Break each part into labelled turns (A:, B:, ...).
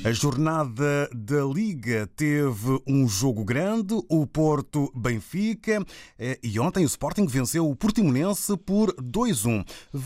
A: A jornada da Liga teve um jogo grande, o Porto-Benfica, e ontem o Sporting venceu o Portimonense por 2-1.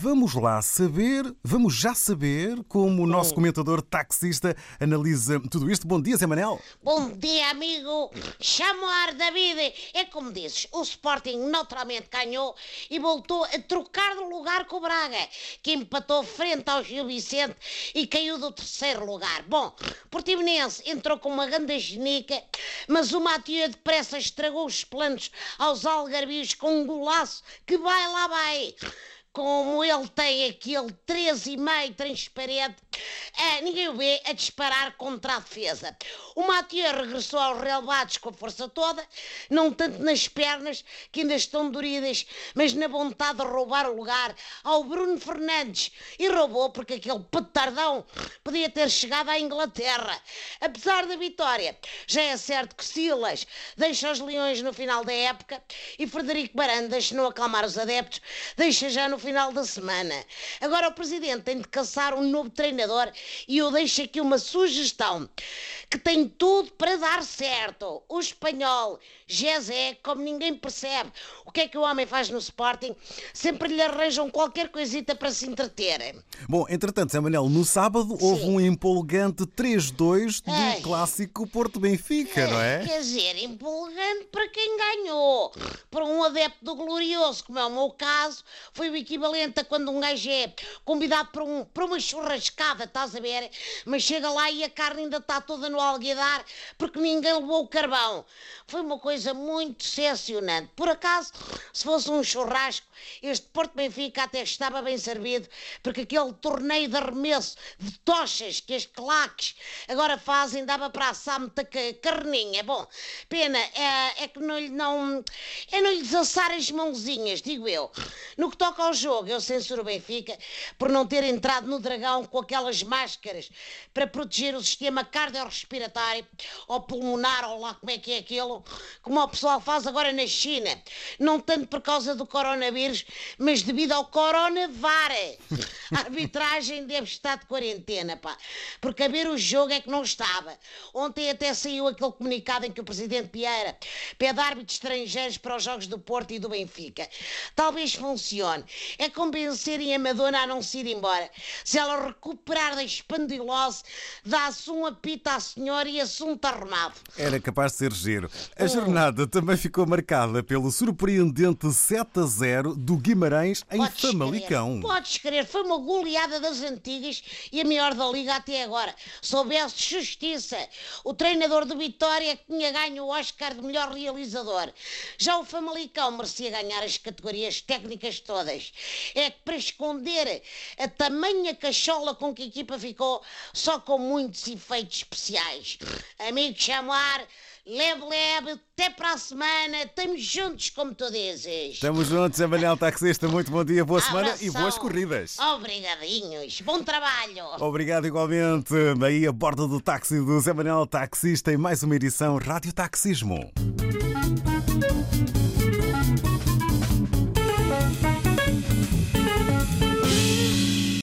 A: Vamos já saber como o nosso comentador taxista analisa tudo isto. Bom dia, Zé Manel.
B: Bom dia, amigo. Chamar David. É como dizes, o Sporting naturalmente ganhou e voltou a trocar de lugar com o Braga, que empatou frente ao Gil Vicente e caiu do terceiro lugar. Bom, Portimonense entrou com uma grande genica, mas o Mathieu depressa estragou os planos aos algarbios com um golaço que vai lá vai. Como ele tem aquele 13,5 transparente, ninguém o vê a disparar contra a defesa. O Mathieu regressou aos relevados com a força toda, não tanto nas pernas, que ainda estão doridas, mas na vontade de roubar o lugar ao Bruno Fernandes. E roubou porque aquele petardão podia ter chegado à Inglaterra. Apesar da vitória, já é certo que Silas deixa os Leões no final da época e Frederico Barandas, se não acalmar os adeptos, deixa já no final da semana. Agora o Presidente tem de caçar um novo treinador e eu deixo aqui uma sugestão que tem tudo para dar certo. O espanhol José, como ninguém percebe o que é que o homem faz no Sporting, sempre lhe arranjam qualquer coisita para se entreter.
A: Bom, entretanto, Zé Manel, no sábado houve um empolgante 3-2 do clássico Porto-Benfica, não é?
B: Quer dizer, empolgante para quem ganhou. Para um adepto do glorioso, como é o meu caso, foi o equivalente a quando um gajo é convidado para uma churrascada, estás a ver? Mas chega lá e a carne ainda está toda no alguidar porque ninguém levou o carvão. Foi uma coisa muito decepcionante. Por acaso, se fosse um churrasco, este Porto-Benfica até estava bem servido, porque aquele torneio de arremesso de tochas que as claques agora fazem dava para assar muita carninha. Bom, pena é que não lhes assar as mãozinhas, digo eu. No que toca ao jogo, eu censuro o Benfica por não ter entrado no Dragão com aquelas máscaras para proteger o sistema cardiorrespiratório ou pulmonar, ou lá como é que é aquilo, como o pessoal faz agora na China. Não tanto por causa do coronavírus, mas devido ao coronavar. A arbitragem deve estar de quarentena, pá, porque a ver o jogo é que não estava. Ontem até saiu aquele comunicado em que o Presidente Vieira pede árbitros estrangeiros para os jogos do Porto e do Benfica. Talvez funcione. É convencerem a Madonna a não se ir embora. Se ela recuperar da espandilose, dá-se um apito à senhora e assunto arrumado.
A: Era capaz de ser giro. A jornada também ficou marcada pelo surpreendente 7-0 do Guimarães em Famalicão.
B: Podes crer, foi uma goleada das antigas e a melhor da Liga até agora. Se houvesse justiça, o treinador do Vitória que tinha ganho o Oscar de melhor realizador. Já o Famalicão merecia ganhar as categorias técnicas todas. É que para esconder a tamanha cachola com que a equipa ficou, só com muitos efeitos especiais. Amigo Chamar, leve, até para a semana, estamos juntos como tu dizes.
A: Estamos juntos, Zé Manel taxista, muito bom dia, boa semana e boas corridas.
B: Obrigadinhos, bom trabalho.
A: Obrigado igualmente, aí a bordo do táxi do Zé Manel taxista em mais uma edição Rádio Taxismo.